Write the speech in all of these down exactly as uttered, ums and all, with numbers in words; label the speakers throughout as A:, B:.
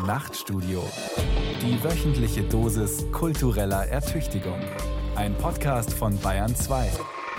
A: Nachtstudio. Die wöchentliche Dosis kultureller Ertüchtigung. Ein Podcast von Bayern zwei.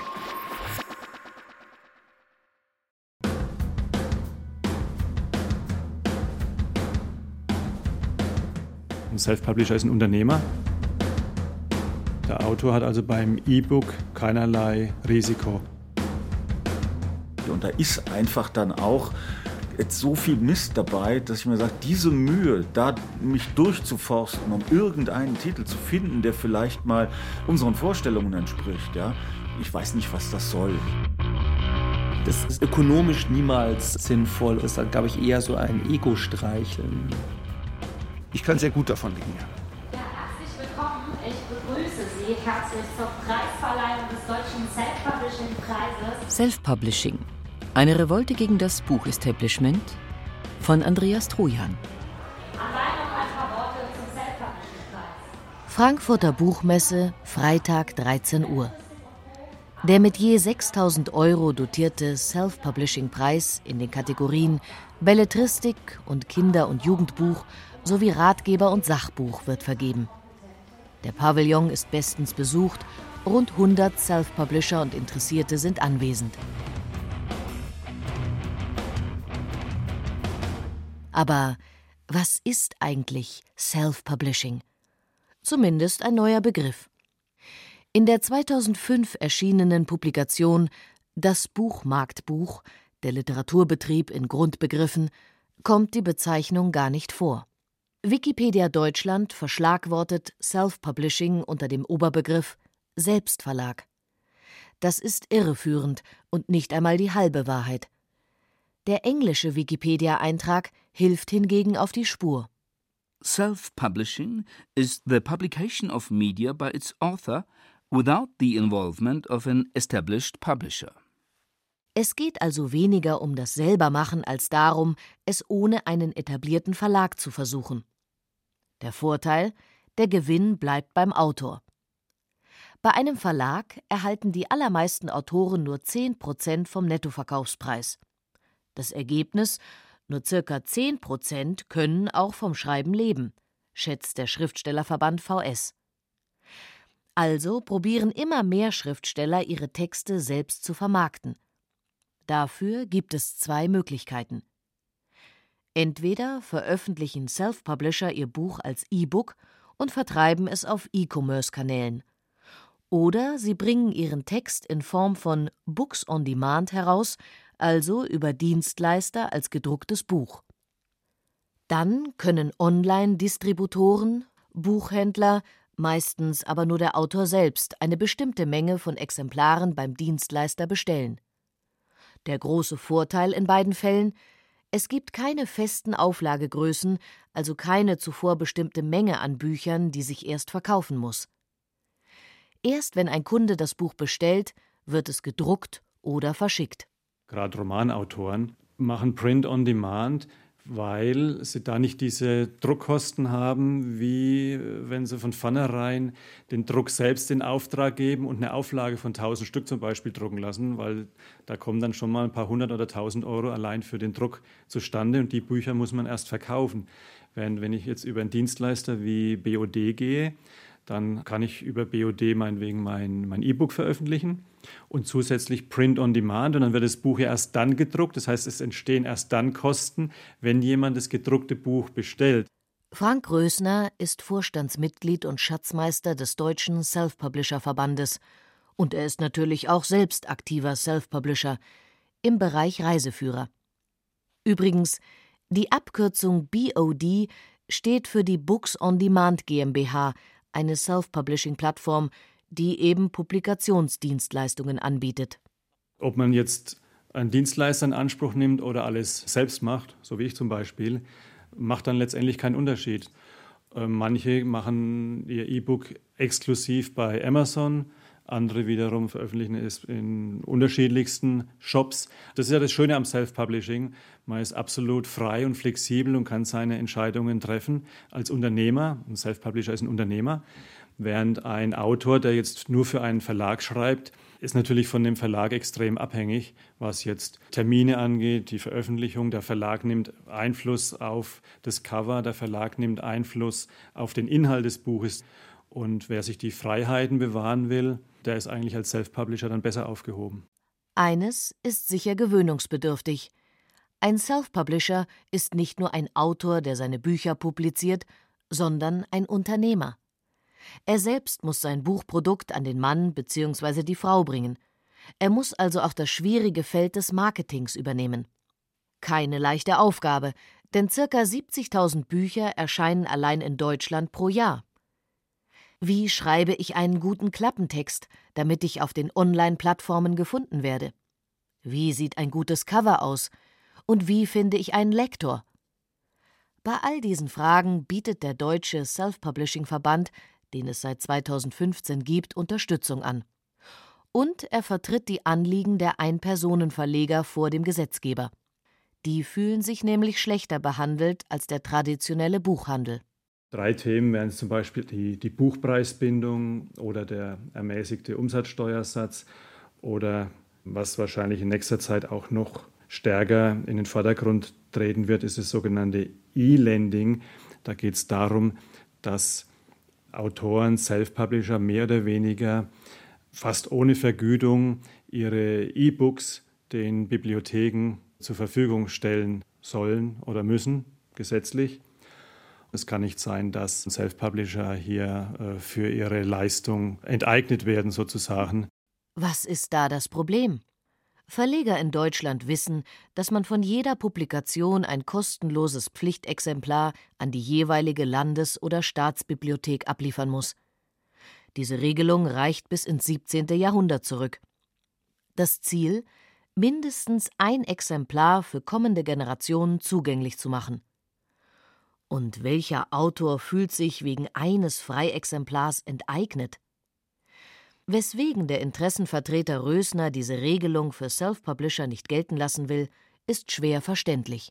B: Ein Self-Publisher ist ein Unternehmer. Der Autor hat also beim E-Book keinerlei Risiko.
C: Und da ist einfach dann auch jetzt so viel Mist dabei, dass ich mir sage, diese Mühe, da mich durchzuforsten, um irgendeinen Titel zu finden, der vielleicht mal unseren Vorstellungen entspricht, ja, ich weiß nicht, was das soll.
D: Das ist ökonomisch niemals sinnvoll. Das ist dann, glaube ich, eher so ein Ego-Streicheln.
E: Ich kann sehr gut davon leben, ja.
F: Ja, herzlich willkommen. Ich begrüße Sie herzlich zur Preisverleihung des Deutschen Self-Publishing-Preises.
G: Self-Publishing. Eine Revolte gegen das Buchestablishment von Andreas Trojan.
F: Allein noch ein paar Worte zum Self-Publishing-Preis.
G: Frankfurter Buchmesse, Freitag dreizehn Uhr. Der mit je sechstausend Euro dotierte Self-Publishing-Preis in den Kategorien Belletristik und Kinder- und Jugendbuch sowie Ratgeber und Sachbuch wird vergeben. Der Pavillon ist bestens besucht, rund hundert Self-Publisher und Interessierte sind anwesend. Aber was ist eigentlich Self-Publishing? Zumindest ein neuer Begriff. In der zweitausendfünf erschienenen Publikation Das Buchmarktbuch, der Literaturbetrieb in Grundbegriffen, kommt die Bezeichnung gar nicht vor. Wikipedia Deutschland verschlagwortet Self-Publishing unter dem Oberbegriff Selbstverlag. Das ist irreführend und nicht einmal die halbe Wahrheit. Der englische Wikipedia-Eintrag hilft hingegen auf die Spur.
H: Self-publishing is the publication of media by its author without the involvement of an established publisher.
G: Es geht also weniger um das Selbermachen als darum, es ohne einen etablierten Verlag zu versuchen. Der Vorteil: der Gewinn bleibt beim Autor. Bei einem Verlag erhalten die allermeisten Autoren nur zehn Prozent vom Nettoverkaufspreis. Das Ergebnis: nur circa zehn Prozent können auch vom Schreiben leben, schätzt der Schriftstellerverband V S. Also probieren immer mehr Schriftsteller, ihre Texte selbst zu vermarkten. Dafür gibt es zwei Möglichkeiten. Entweder veröffentlichen Self-Publisher ihr Buch als E-Book und vertreiben es auf E-Commerce-Kanälen. Oder sie bringen ihren Text in Form von Books on Demand heraus, also über Dienstleister als gedrucktes Buch. Dann können Online-Distributoren, Buchhändler, meistens aber nur der Autor selbst, eine bestimmte Menge von Exemplaren beim Dienstleister bestellen. Der große Vorteil in beiden Fällen: es gibt keine festen Auflagegrößen, also keine zuvor bestimmte Menge an Büchern, die sich erst verkaufen muss. Erst wenn ein Kunde das Buch bestellt, wird es gedruckt oder verschickt.
B: Gerade Romanautoren machen Print on Demand, weil sie da nicht diese Druckkosten haben, wie wenn sie von vornherein den Druck selbst in Auftrag geben und eine Auflage von tausend Stück zum Beispiel drucken lassen, weil da kommen dann schon mal ein paar hundert oder tausend Euro allein für den Druck zustande und die Bücher muss man erst verkaufen. Während wenn ich jetzt über einen Dienstleister wie B O D gehe, dann kann ich über B O D meinetwegen mein, mein E-Book veröffentlichen und zusätzlich Print on Demand. Und dann wird das Buch ja erst dann gedruckt. Das heißt, es entstehen erst dann Kosten, wenn jemand das gedruckte Buch bestellt.
G: Frank Rösner ist Vorstandsmitglied und Schatzmeister des Deutschen Self-Publisher-Verbandes. Und er ist natürlich auch selbst aktiver Self-Publisher im Bereich Reiseführer. Übrigens, die Abkürzung B O D steht für die Books on Demand GmbH, eine Self-Publishing-Plattform, die eben Publikationsdienstleistungen anbietet.
B: Ob man jetzt einen Dienstleister in Anspruch nimmt oder alles selbst macht, so wie ich zum Beispiel, macht dann letztendlich keinen Unterschied. Manche machen ihr E-Book exklusiv bei Amazon, andere wiederum veröffentlichen es in unterschiedlichsten Shops. Das ist ja das Schöne am Self-Publishing. Man ist absolut frei und flexibel und kann seine Entscheidungen treffen als Unternehmer. Ein Self-Publisher ist ein Unternehmer, während ein Autor, der jetzt nur für einen Verlag schreibt, ist natürlich von dem Verlag extrem abhängig, was jetzt Termine angeht, die Veröffentlichung. Der Verlag nimmt Einfluss auf das Cover, der Verlag nimmt Einfluss auf den Inhalt des Buches. Und wer sich die Freiheiten bewahren will, der ist eigentlich als Self-Publisher dann besser aufgehoben.
G: Eines ist sicher gewöhnungsbedürftig. Ein Self-Publisher ist nicht nur ein Autor, der seine Bücher publiziert, sondern ein Unternehmer. Er selbst muss sein Buchprodukt an den Mann bzw. die Frau bringen. Er muss also auch das schwierige Feld des Marketings übernehmen. Keine leichte Aufgabe, denn ca. siebzigtausend Bücher erscheinen allein in Deutschland pro Jahr. Wie schreibe ich einen guten Klappentext, damit ich auf den Online-Plattformen gefunden werde? Wie sieht ein gutes Cover aus? Und wie finde ich einen Lektor? Bei all diesen Fragen bietet der Deutsche Self-Publishing-Verband, den es seit zweitausendfünfzehn gibt, Unterstützung an. Und er vertritt die Anliegen der Ein-Personen-Verleger vor dem Gesetzgeber. Die fühlen sich nämlich schlechter behandelt als der traditionelle Buchhandel.
B: Drei Themen wären zum Beispiel die, die Buchpreisbindung oder der ermäßigte Umsatzsteuersatz oder, was wahrscheinlich in nächster Zeit auch noch stärker in den Vordergrund treten wird, ist das sogenannte E-Lending. Da geht es darum, dass Autoren, Self-Publisher mehr oder weniger fast ohne Vergütung ihre E-Books den Bibliotheken zur Verfügung stellen sollen oder müssen, gesetzlich. Es kann nicht sein, dass Self-Publisher hier äh, für ihre Leistung enteignet werden, sozusagen.
G: Was ist da das Problem? Verleger in Deutschland wissen, dass man von jeder Publikation ein kostenloses Pflichtexemplar an die jeweilige Landes- oder Staatsbibliothek abliefern muss. Diese Regelung reicht bis ins siebzehnte Jahrhundert zurück. Das Ziel: mindestens ein Exemplar für kommende Generationen zugänglich zu machen. Und welcher Autor fühlt sich wegen eines Freiexemplars enteignet? Weswegen der Interessenvertreter Rösner diese Regelung für Self-Publisher nicht gelten lassen will, ist schwer verständlich.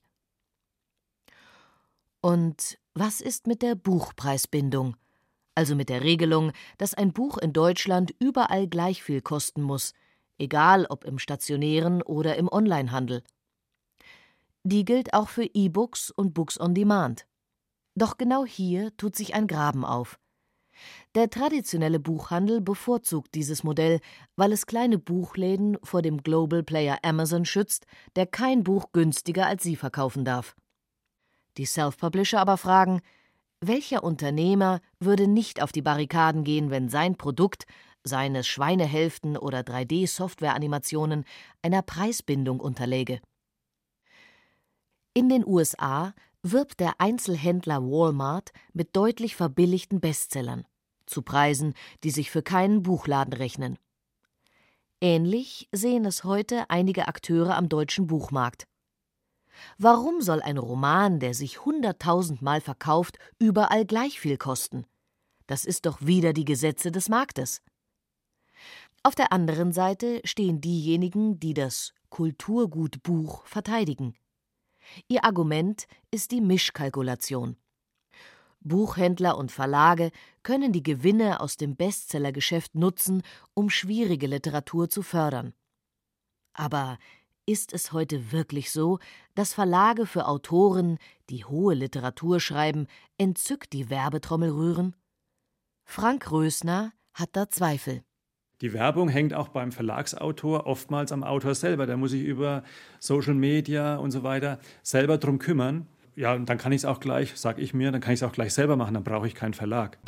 G: Und was ist mit der Buchpreisbindung? Also mit der Regelung, dass ein Buch in Deutschland überall gleich viel kosten muss, egal ob im stationären oder im Onlinehandel. Die gilt auch für E-Books und Books on Demand. Doch genau hier tut sich ein Graben auf. Der traditionelle Buchhandel bevorzugt dieses Modell, weil es kleine Buchläden vor dem Global Player Amazon schützt, der kein Buch günstiger als sie verkaufen darf. Die Self-Publisher aber fragen, welcher Unternehmer würde nicht auf die Barrikaden gehen, wenn sein Produkt, seine Schweinehälften oder drei D-Software-Animationen einer Preisbindung unterläge? In den U S A wirbt der Einzelhändler Walmart mit deutlich verbilligten Bestsellern, zu Preisen, die sich für keinen Buchladen rechnen. Ähnlich sehen es heute einige Akteure am deutschen Buchmarkt. Warum soll ein Roman, der sich hunderttausendmal verkauft, überall gleich viel kosten? Das ist doch wider die Gesetze des Marktes. Auf der anderen Seite stehen diejenigen, die das Kulturgut Buch verteidigen. Ihr Argument ist die Mischkalkulation. Buchhändler und Verlage können die Gewinne aus dem Bestsellergeschäft nutzen, um schwierige Literatur zu fördern. Aber ist es heute wirklich so, dass Verlage für Autoren, die hohe Literatur schreiben, entzückt die Werbetrommel rühren? Frank Rösner hat da Zweifel.
B: Die Werbung hängt auch beim Verlagsautor oftmals am Autor selber. Der muss sich über Social Media und so weiter selber drum kümmern. Ja, und dann kann ich es auch gleich, sag ich mir, dann kann ich es auch gleich selber machen, dann brauche ich keinen Verlag.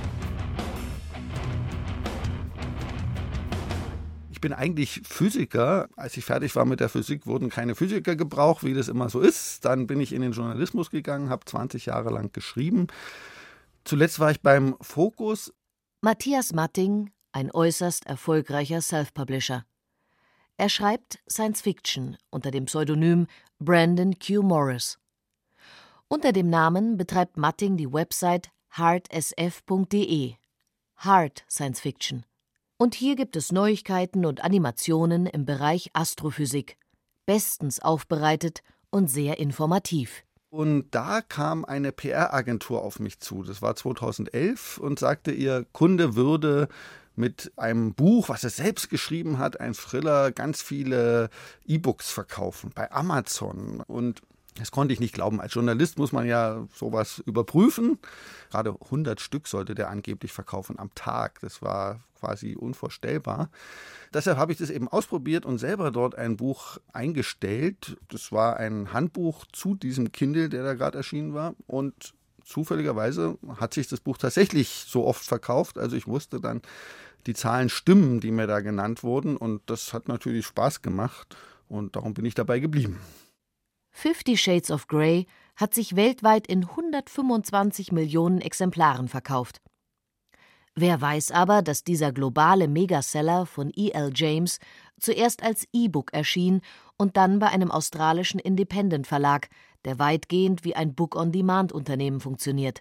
E: Ich bin eigentlich Physiker. Als ich fertig war mit der Physik, wurden keine Physiker gebraucht, wie das immer so ist. Dann bin ich in den Journalismus gegangen, habe zwanzig Jahre lang geschrieben. Zuletzt war ich beim Focus.
G: Matthias Matting, ein äußerst erfolgreicher Self-Publisher. Er schreibt Science-Fiction unter dem Pseudonym Brandon Q. Morris. Unter dem Namen betreibt Matting die Website hard s f punkt d e, Hard Science Fiction. Und hier gibt es Neuigkeiten und Animationen im Bereich Astrophysik, bestens aufbereitet und sehr informativ.
E: Und da kam eine P R-Agentur auf mich zu, das war zweitausendelf, und sagte, ihr Kunde würde mit einem Buch, was er selbst geschrieben hat, ein Thriller, ganz viele E-Books verkaufen bei Amazon. Und das konnte ich nicht glauben. Als Journalist muss man ja sowas überprüfen. Gerade hundert Stück sollte der angeblich verkaufen am Tag. Das war quasi unvorstellbar. Deshalb habe ich das eben ausprobiert und selber dort ein Buch eingestellt. Das war ein Handbuch zu diesem Kindle, der da gerade erschienen war. Und zufälligerweise hat sich das Buch tatsächlich so oft verkauft. Also ich wusste dann, die Zahlen stimmen, die mir da genannt wurden. Und das hat natürlich Spaß gemacht. Und darum bin ich dabei geblieben.
G: Fifty Shades of Grey hat sich weltweit in hundertfünfundzwanzig Millionen Exemplaren verkauft. Wer weiß aber, dass dieser globale Megaseller von E L James zuerst als E-Book erschien und dann bei einem australischen Independent-Verlag, der weitgehend wie ein Book-on-Demand-Unternehmen funktioniert.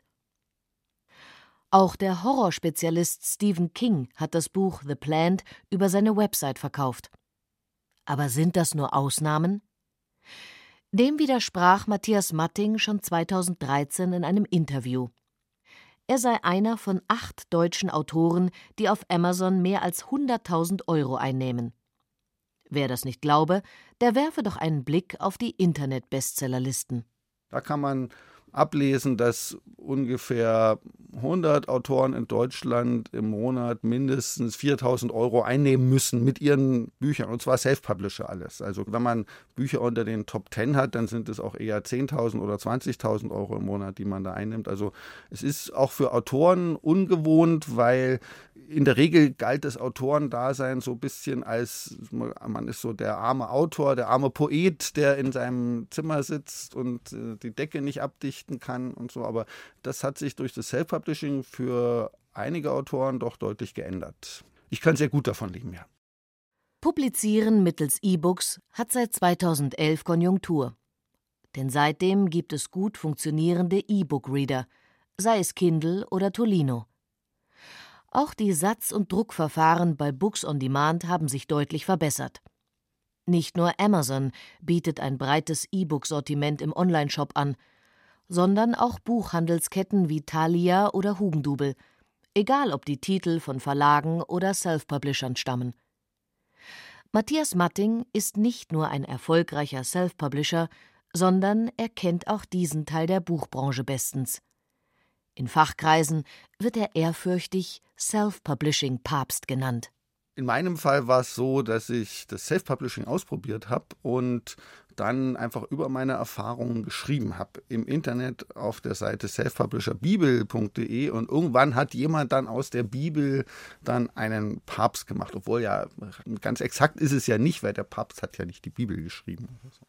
G: Auch der Horrorspezialist Stephen King hat das Buch The Plant über seine Website verkauft. Aber sind das nur Ausnahmen? Dem widersprach Matthias Matting schon zweitausenddreizehn in einem Interview. Er sei einer von acht deutschen Autoren, die auf Amazon mehr als hunderttausend Euro einnehmen. Wer das nicht glaube, der werfe doch einen Blick auf die Internet-Bestsellerlisten.
E: Da kann man ablesen, dass ungefähr hundert Autoren in Deutschland im Monat mindestens viertausend Euro einnehmen müssen mit ihren Büchern, und zwar Self-Publisher alles. Also wenn man Bücher unter den Top Ten hat, dann sind es auch eher zehntausend oder zwanzigtausend Euro im Monat, die man da einnimmt. Also es ist auch für Autoren ungewohnt, weil in der Regel galt das Autorendasein so ein bisschen als, man ist so der arme Autor, der arme Poet, der in seinem Zimmer sitzt und die Decke nicht abdichten kann und so. Aber das hat sich durch das Self-Publishing für einige Autoren doch deutlich geändert. Ich kann sehr gut davon leben, ja.
G: Publizieren mittels E-Books hat seit zweitausendelf Konjunktur. Denn seitdem gibt es gut funktionierende E-Book-Reader, sei es Kindle oder Tolino. Auch die Satz- und Druckverfahren bei Books on Demand haben sich deutlich verbessert. Nicht nur Amazon bietet ein breites E-Book-Sortiment im Onlineshop an, sondern auch Buchhandelsketten wie Thalia oder Hugendubel, egal ob die Titel von Verlagen oder Self-Publishern stammen. Matthias Matting ist nicht nur ein erfolgreicher Self-Publisher, sondern er kennt auch diesen Teil der Buchbranche bestens. In Fachkreisen wird er ehrfürchtig Self-Publishing-Papst genannt.
E: In meinem Fall war es so, dass ich das Self-Publishing ausprobiert habe und dann einfach über meine Erfahrungen geschrieben habe im Internet auf der Seite self publisher bibel punkt de, und irgendwann hat jemand dann aus der Bibel dann einen Papst gemacht, obwohl ja ganz exakt ist es ja nicht, weil der Papst hat ja nicht die Bibel geschrieben.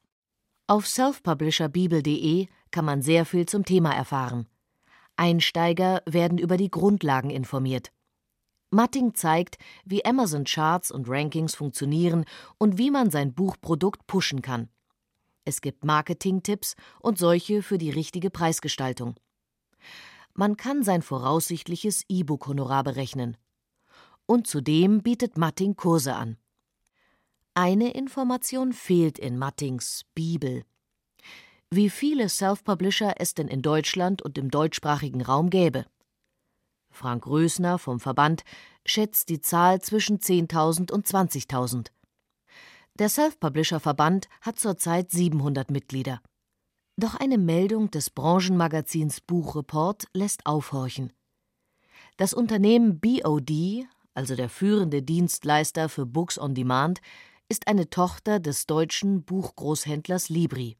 G: Auf self publisher bibel punkt de kann man sehr viel zum Thema erfahren. Einsteiger werden über die Grundlagen informiert. Matting zeigt, wie Amazon-Charts und Rankings funktionieren und wie man sein Buchprodukt pushen kann. Es gibt Marketing-Tipps und solche für die richtige Preisgestaltung. Man kann sein voraussichtliches E-Book-Honorar berechnen. Und zudem bietet Matting Kurse an. Eine Information fehlt in Mattings Bibel. Wie viele Self-Publisher es denn in Deutschland und im deutschsprachigen Raum gäbe. Frank Rösner vom Verband schätzt die Zahl zwischen zehntausend und zwanzigtausend. Der Self-Publisher-Verband hat zurzeit siebenhundert Mitglieder. Doch eine Meldung des Branchenmagazins Buchreport lässt aufhorchen. Das Unternehmen B O D, also der führende Dienstleister für Books on Demand, ist eine Tochter des deutschen Buchgroßhändlers Libri.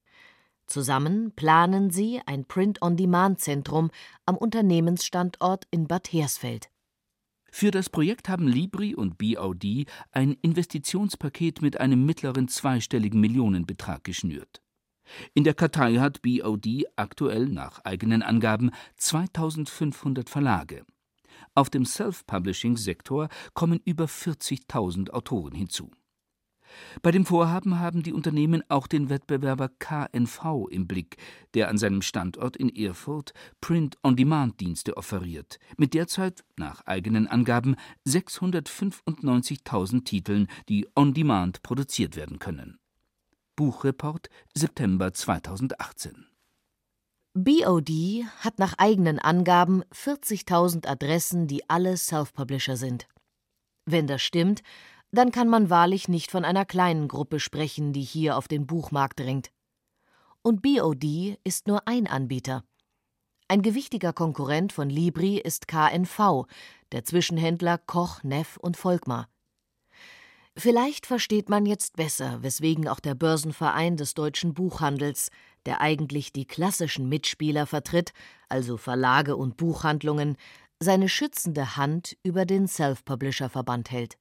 G: Zusammen planen sie ein Print-on-Demand-Zentrum am Unternehmensstandort in Bad Hersfeld.
H: Für das Projekt haben Libri und B O D ein Investitionspaket mit einem mittleren zweistelligen Millionenbetrag geschnürt. In der Kartei hat B O D aktuell nach eigenen Angaben zweitausendfünfhundert Verlage. Auf dem Self-Publishing-Sektor kommen über vierzigtausend Autoren hinzu. Bei dem Vorhaben haben die Unternehmen auch den Wettbewerber K N V im Blick, der an seinem Standort in Erfurt Print-on-Demand-Dienste offeriert, mit derzeit nach eigenen Angaben sechshundertfünfundneunzigtausend Titeln, die on-demand produziert werden können. Buchreport, September zweitausendachtzehn.
G: B O D hat nach eigenen Angaben vierzigtausend Adressen, die alle Self-Publisher sind. Wenn das stimmt, dann kann man wahrlich nicht von einer kleinen Gruppe sprechen, die hier auf den Buchmarkt drängt. Und B O D ist nur ein Anbieter. Ein gewichtiger Konkurrent von Libri ist K N V, der Zwischenhändler Koch, Neff und Volkmar. Vielleicht versteht man jetzt besser, weswegen auch der Börsenverein des deutschen Buchhandels, der eigentlich die klassischen Mitspieler vertritt, also Verlage und Buchhandlungen, seine schützende Hand über den Self-Publisher-Verband hält.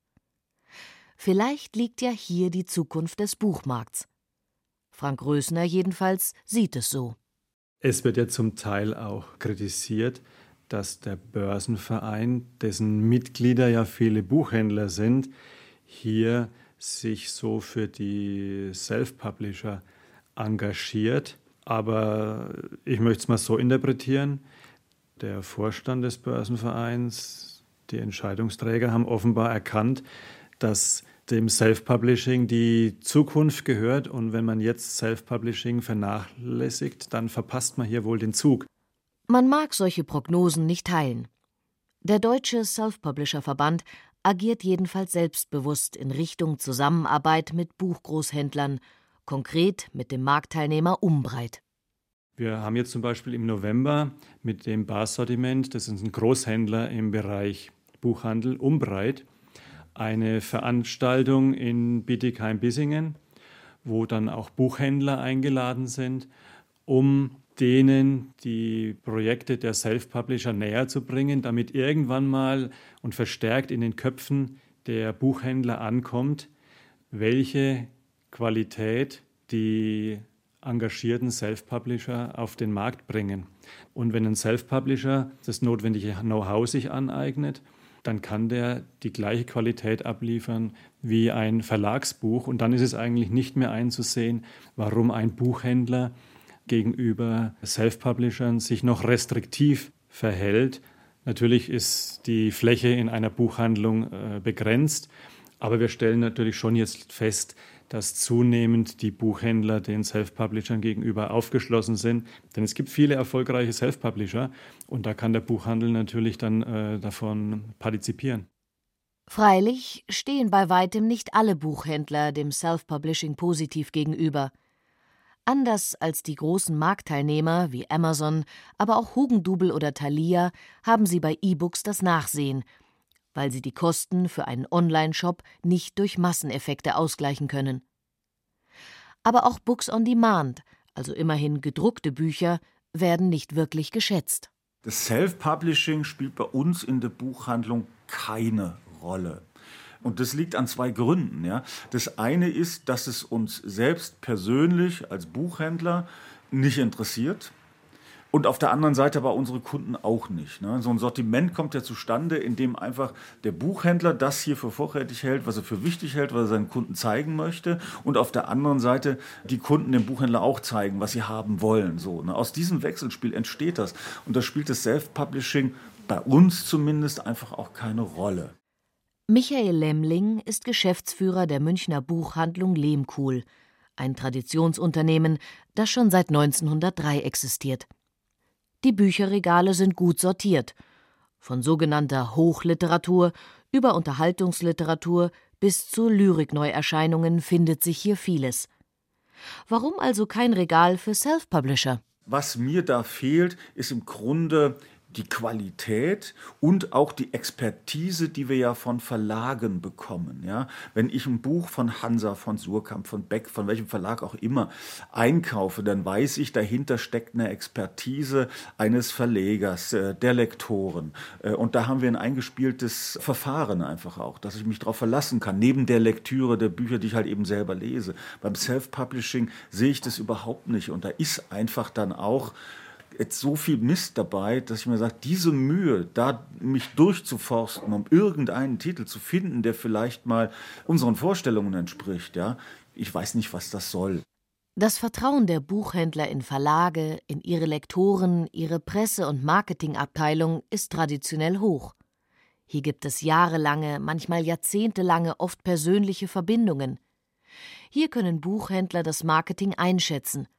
G: Vielleicht liegt ja hier die Zukunft des Buchmarkts. Frank Rösner jedenfalls sieht es so.
B: Es wird ja zum Teil auch kritisiert, dass der Börsenverein, dessen Mitglieder ja viele Buchhändler sind, hier sich so für die Self-Publisher engagiert. Aber ich möchte es mal so interpretieren, der Vorstand des Börsenvereins, die Entscheidungsträger haben offenbar erkannt, dass dem Self-Publishing die Zukunft gehört und wenn man jetzt Self-Publishing vernachlässigt, dann verpasst man hier wohl den Zug.
G: Man mag solche Prognosen nicht teilen. Der Deutsche Self-Publisher-Verband agiert jedenfalls selbstbewusst in Richtung Zusammenarbeit mit Buchgroßhändlern, konkret mit dem Marktteilnehmer Umbreit.
B: Wir haben jetzt zum Beispiel im November mit dem Barsortiment, das ist ein Großhändler im Bereich Buchhandel, Umbreit, eine Veranstaltung in Bietigheim-Bissingen, wo dann auch Buchhändler eingeladen sind, um denen die Projekte der Self-Publisher näher zu bringen, damit irgendwann mal und verstärkt in den Köpfen der Buchhändler ankommt, welche Qualität die engagierten Self-Publisher auf den Markt bringen. Und wenn ein Self-Publisher das notwendige Know-how sich aneignet, dann kann der die gleiche Qualität abliefern wie ein Verlagsbuch. Und dann ist es eigentlich nicht mehr einzusehen, warum ein Buchhändler gegenüber Self-Publishern sich noch restriktiv verhält. Natürlich ist die Fläche in einer Buchhandlung äh, begrenzt, aber wir stellen natürlich schon jetzt fest, dass zunehmend die Buchhändler den Self-Publishern gegenüber aufgeschlossen sind. Denn es gibt viele erfolgreiche Self-Publisher und da kann der Buchhandel natürlich dann äh, davon partizipieren.
G: Freilich stehen bei weitem nicht alle Buchhändler dem Self-Publishing positiv gegenüber. Anders als die großen Marktteilnehmer wie Amazon, aber auch Hugendubel oder Thalia haben sie bei E-Books das Nachsehen, weil sie die Kosten für einen Online-Shop nicht durch Masseneffekte ausgleichen können. Aber auch Books on Demand, also immerhin gedruckte Bücher, werden nicht wirklich geschätzt.
C: Das Self-Publishing spielt bei uns in der Buchhandlung keine Rolle. Und das liegt an zwei Gründen. Ja. Das eine ist, dass es uns selbst persönlich als Buchhändler nicht interessiert. Und auf der anderen Seite aber unsere Kunden auch nicht. Ne? So ein Sortiment kommt ja zustande, indem einfach der Buchhändler das hier für vorrätig hält, was er für wichtig hält, was er seinen Kunden zeigen möchte. Und auf der anderen Seite die Kunden dem Buchhändler auch zeigen, was sie haben wollen. So, ne? Aus diesem Wechselspiel entsteht das. Und da spielt das Self-Publishing bei uns zumindest einfach auch keine Rolle.
G: Michael Lemmling ist Geschäftsführer der Münchner Buchhandlung Lehmkuhl, ein Traditionsunternehmen, das schon seit neunzehnhundertdrei existiert. Die Bücherregale sind gut sortiert. Von sogenannter Hochliteratur über Unterhaltungsliteratur bis zu Lyrikneuerscheinungen findet sich hier vieles. Warum also kein Regal für Self-Publisher?
C: Was mir da fehlt, ist im Grunde die Qualität und auch die Expertise, die wir ja von Verlagen bekommen. Ja? Wenn ich ein Buch von Hansa, von Suhrkamp, von Beck, von welchem Verlag auch immer einkaufe, dann weiß ich, dahinter steckt eine Expertise eines Verlegers, äh, der Lektoren. Äh, und da haben wir ein eingespieltes Verfahren einfach auch, dass ich mich darauf verlassen kann, neben der Lektüre der Bücher, die ich halt eben selber lese. Beim Self-Publishing sehe ich das überhaupt nicht. Und da ist einfach dann auch jetzt so viel Mist dabei, dass ich mir sage, diese Mühe, da mich durchzuforsten, um irgendeinen Titel zu finden, der vielleicht mal unseren Vorstellungen entspricht, ja, ich weiß nicht, was das soll.
G: Das Vertrauen der Buchhändler in Verlage, in ihre Lektoren, ihre Presse- und Marketingabteilung ist traditionell hoch. Hier gibt es jahrelange, manchmal jahrzehntelange, oft persönliche Verbindungen. Hier können Buchhändler das Marketing einschätzen.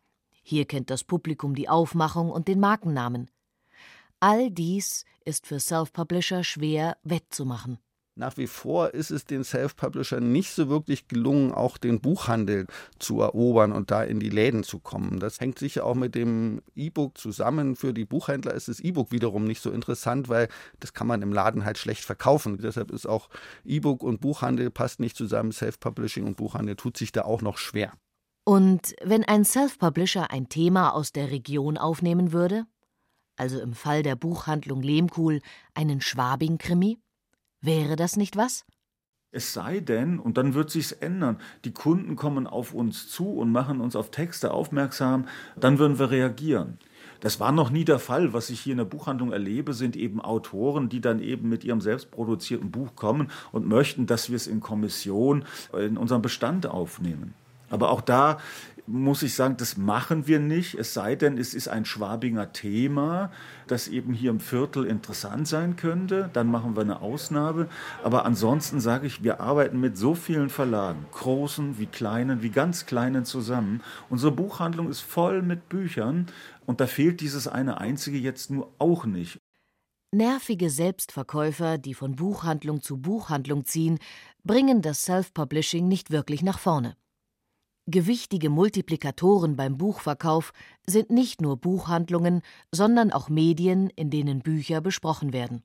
G: Hier kennt das Publikum die Aufmachung und den Markennamen. All dies ist für Self-Publisher schwer wettzumachen.
E: Nach wie vor ist es den Self-Publishern nicht so wirklich gelungen, auch den Buchhandel zu erobern und da in die Läden zu kommen. Das hängt sicher auch mit dem E-Book zusammen. Für die Buchhändler ist das E-Book wiederum nicht so interessant, weil das kann man im Laden halt schlecht verkaufen. Deshalb ist auch E-Book und Buchhandel passt nicht zusammen. Self-Publishing und Buchhandel tut sich da auch noch schwer.
G: Und wenn ein Self-Publisher ein Thema aus der Region aufnehmen würde, also im Fall der Buchhandlung Lehmkuhl einen Schwabing-Krimi, wäre das nicht was?
C: Es sei denn, und dann wird sich's ändern, die Kunden kommen auf uns zu und machen uns auf Texte aufmerksam, dann würden wir reagieren. Das war noch nie der Fall. Was ich hier in der Buchhandlung erlebe, sind eben Autoren, die dann eben mit ihrem selbstproduzierten Buch kommen und möchten, dass wir es in Kommission in unserem Bestand aufnehmen. Aber auch da muss ich sagen, das machen wir nicht, es sei denn, es ist ein Schwabinger Thema, das eben hier im Viertel interessant sein könnte, dann machen wir eine Ausnahme. Aber ansonsten sage ich, wir arbeiten mit so vielen Verlagen, großen wie kleinen, wie ganz kleinen zusammen. Unsere Buchhandlung ist voll mit Büchern und da fehlt dieses eine einzige jetzt nur auch nicht.
G: Nervige Selbstverkäufer, die von Buchhandlung zu Buchhandlung ziehen, bringen das Self-Publishing nicht wirklich nach vorne. Gewichtige Multiplikatoren beim Buchverkauf sind nicht nur Buchhandlungen, sondern auch Medien, in denen Bücher besprochen werden.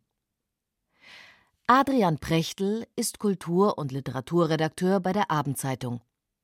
G: Adrian Prechtl ist Kultur- und Literaturredakteur bei der Abendzeitung.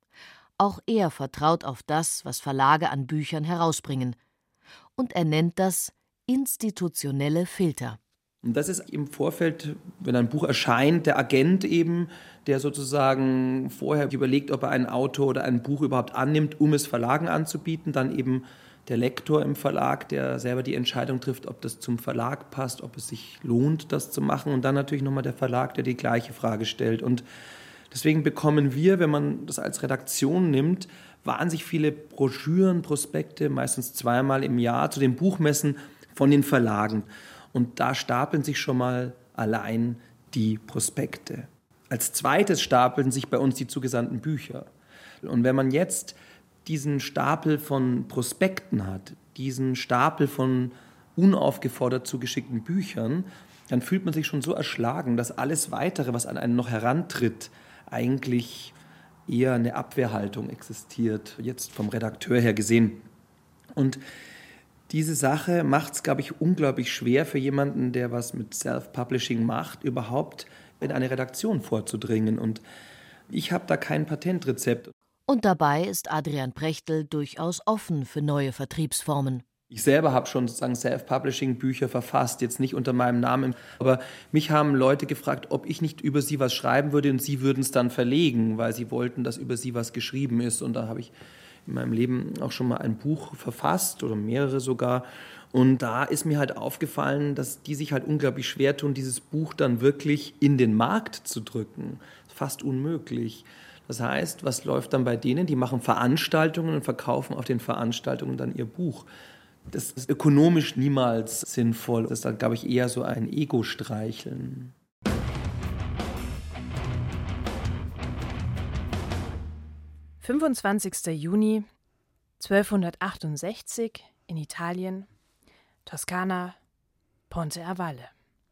G: Auch er vertraut auf das, was Verlage an Büchern herausbringen. Und er nennt das institutionelle Filter.
D: Und das ist im Vorfeld, wenn ein Buch erscheint, der Agent eben, der sozusagen vorher überlegt, ob er einen Autor oder ein Buch überhaupt annimmt, um es Verlagen anzubieten. Dann eben der Lektor im Verlag, der selber die Entscheidung trifft, ob das zum Verlag passt, ob es sich lohnt, das zu machen. Und dann natürlich nochmal der Verlag, der die gleiche Frage stellt. Und deswegen bekommen wir, wenn man das als Redaktion nimmt, wahnsinnig viele Broschüren, Prospekte, meistens zweimal im Jahr zu den Buchmessen von den Verlagen. Und da stapeln sich schon mal allein die Prospekte. Als zweites stapeln sich bei uns die zugesandten Bücher. Und wenn man jetzt diesen Stapel von Prospekten hat, diesen Stapel von unaufgefordert zugeschickten Büchern, dann fühlt man sich schon so erschlagen, dass alles Weitere, was an einen noch herantritt, eigentlich eher eine Abwehrhaltung existiert, jetzt vom Redakteur her gesehen. Und diese Sache macht es, glaube ich, unglaublich schwer für jemanden, der was mit Self-Publishing macht, überhaupt in eine Redaktion vorzudringen. Und ich habe da kein Patentrezept.
G: Und dabei ist Adrian Prechtl durchaus offen für neue Vertriebsformen.
D: Ich selber habe schon sozusagen Self-Publishing-Bücher verfasst, jetzt nicht unter meinem Namen. Aber mich haben Leute gefragt, ob ich nicht über sie was schreiben würde und sie würden es dann verlegen, weil sie wollten, dass über sie was geschrieben ist. Und da habe ich in meinem Leben auch schon mal ein Buch verfasst oder mehrere sogar. Und da ist mir halt aufgefallen, dass die sich halt unglaublich schwer tun, dieses Buch dann wirklich in den Markt zu drücken. Fast unmöglich. Das heißt, was läuft dann bei denen? Die machen Veranstaltungen und verkaufen auf den Veranstaltungen dann ihr Buch. Das ist ökonomisch niemals sinnvoll. Das ist dann, glaube ich, eher so ein Ego-Streicheln.
I: fünfundzwanzigster Juni zwölfhundertachtundsechzig in Italien, Toskana, Ponte a Valle.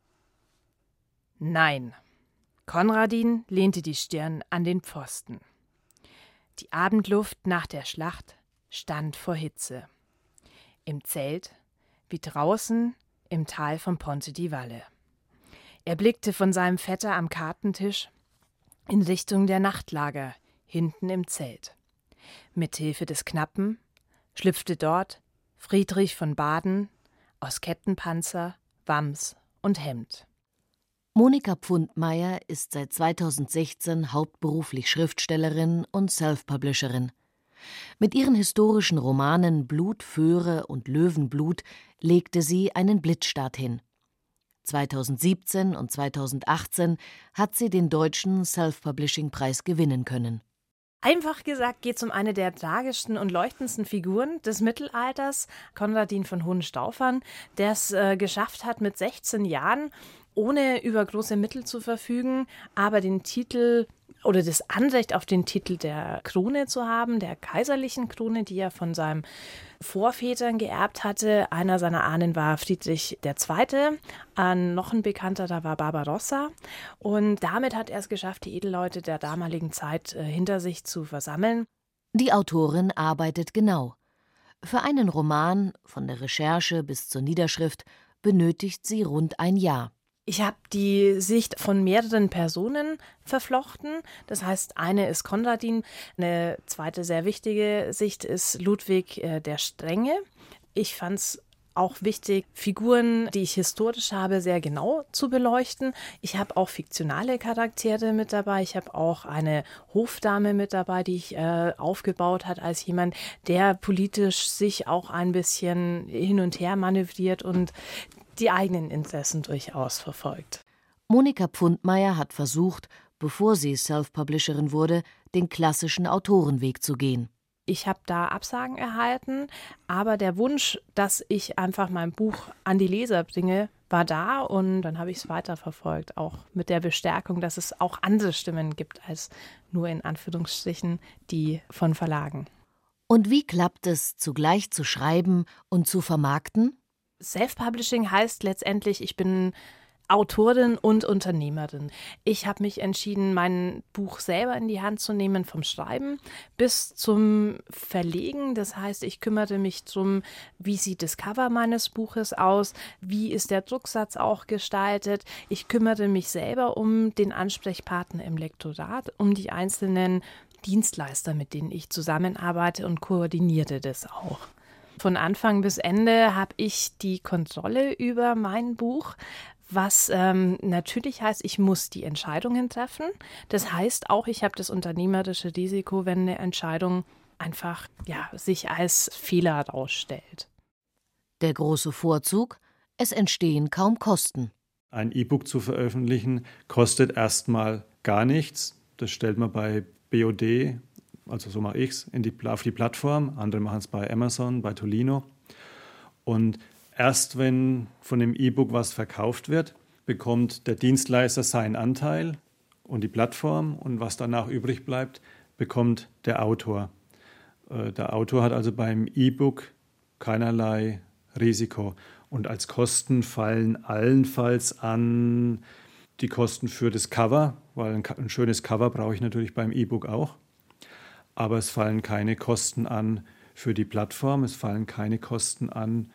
I: Nein, Konradin lehnte die Stirn an den Pfosten. Die Abendluft nach der Schlacht stand vor Hitze. Im Zelt wie draußen im Tal von Ponte di Valle. Er blickte von seinem Vetter am Kartentisch in Richtung der Nachtlager hinten im Zelt. Mithilfe des Knappen schlüpfte dort Friedrich von Baden aus Kettenpanzer, Wams und Hemd.
G: Monika Pfundmeier ist seit zweitausendsechzehn hauptberuflich Schriftstellerin und Self-Publisherin. Mit ihren historischen Romanen Blut, Föhre und Löwenblut legte sie einen Blitzstart hin. zweitausendsiebzehn und zweitausendachtzehn hat sie den deutschen Self-Publishing-Preis gewinnen können.
I: Einfach gesagt geht es um eine der tragischsten und leuchtendsten Figuren des Mittelalters, Konradin von Hohenstaufen, der es äh, geschafft hat, mit sechzehn Jahren, ohne über große Mittel zu verfügen, aber den Titel oder das Anrecht auf den Titel der Krone zu haben, der kaiserlichen Krone, die er von seinem Vorvätern geerbt hatte. Einer seiner Ahnen war Friedrich der Zweite, ein noch ein Bekannter, da war Barbarossa. Und damit hat er es geschafft, die Edelleute der damaligen Zeit äh, hinter sich zu versammeln.
G: Die Autorin arbeitet genau. Für einen Roman, von der Recherche bis zur Niederschrift, benötigt sie rund ein Jahr.
I: Ich habe die Sicht von mehreren Personen verflochten. Das heißt, eine ist Konradin, eine zweite sehr wichtige Sicht ist Ludwig äh, der Strenge. Ich fand es auch wichtig, Figuren, die ich historisch habe, sehr genau zu beleuchten. Ich habe auch fiktionale Charaktere mit dabei. Ich habe auch eine Hofdame mit dabei, die ich äh, aufgebaut hat als jemand, der politisch sich auch ein bisschen hin und her manövriert und die eigenen Interessen durchaus verfolgt.
G: Monika Pfundmeier hat versucht, bevor sie Self-Publisherin wurde, den klassischen Autorenweg zu gehen.
I: Ich habe da Absagen erhalten, aber der Wunsch, dass ich einfach mein Buch an die Leser bringe, war da und dann habe ich es weiterverfolgt, auch mit der Bestärkung, dass es auch andere Stimmen gibt als nur in Anführungsstrichen die von Verlagen.
G: Und wie klappt es, zugleich zu schreiben und zu vermarkten?
I: Self-Publishing heißt letztendlich, ich bin Autorin und Unternehmerin. Ich habe mich entschieden, mein Buch selber in die Hand zu nehmen, vom Schreiben bis zum Verlegen. Das heißt, ich kümmerte mich darum, wie sieht das Cover meines Buches aus, wie ist der Drucksatz auch gestaltet. Ich kümmerte mich selber um den Ansprechpartner im Lektorat, um die einzelnen Dienstleister, mit denen ich zusammenarbeite und koordinierte das auch. Von Anfang bis Ende habe ich die Kontrolle über mein Buch, was ähm, natürlich heißt, ich muss die Entscheidungen treffen. Das heißt auch, ich habe das unternehmerische Risiko, wenn eine Entscheidung einfach ja, sich als Fehler herausstellt.
G: Der große Vorzug: Es entstehen kaum Kosten.
B: Ein E-Book zu veröffentlichen kostet erstmal gar nichts. Das stellt man bei B O D, also so mache ich es, auf die Plattform. Andere machen es bei Amazon, bei Tolino. Und erst wenn von dem E-Book was verkauft wird, bekommt der Dienstleister seinen Anteil und die Plattform. Und was danach übrig bleibt, bekommt der Autor. Der Autor hat also beim E-Book keinerlei Risiko. Und als Kosten fallen allenfalls an die Kosten für das Cover, weil ein, ein schönes Cover brauche ich natürlich beim E-Book auch. Aber es fallen keine Kosten an für die Plattform, es fallen keine Kosten an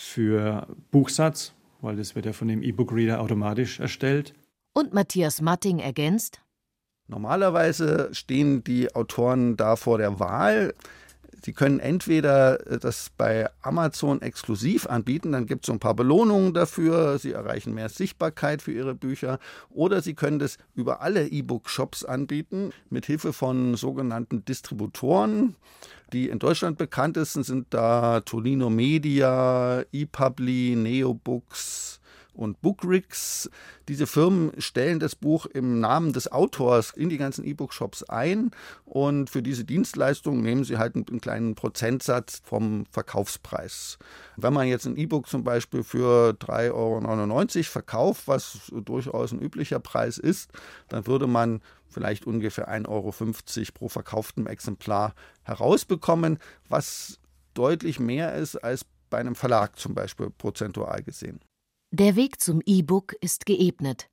B: für Buchsatz, weil das wird ja von dem E-Book-Reader automatisch erstellt.
G: Und Matthias Matting ergänzt:
E: Normalerweise stehen die Autoren da vor der Wahl. Sie können entweder das bei Amazon exklusiv anbieten, dann gibt es so ein paar Belohnungen dafür, Sie erreichen mehr Sichtbarkeit für Ihre Bücher, oder Sie können das über alle E-Book-Shops anbieten, mit Hilfe von sogenannten Distributoren. Die in Deutschland bekanntesten sind da Tolino Media, ePubli, Neobooks und Bookrix. Diese Firmen stellen das Buch im Namen des Autors in die ganzen E-Book-Shops ein und für diese Dienstleistung nehmen sie halt einen kleinen Prozentsatz vom Verkaufspreis. Wenn man jetzt ein E-Book zum Beispiel für drei Euro neunundneunzig verkauft, was durchaus ein üblicher Preis ist, dann würde man vielleicht ungefähr ein Euro fünfzig pro verkauftem Exemplar herausbekommen, was deutlich mehr ist als bei einem Verlag zum Beispiel prozentual gesehen.
G: Der Weg zum E-Book ist geebnet.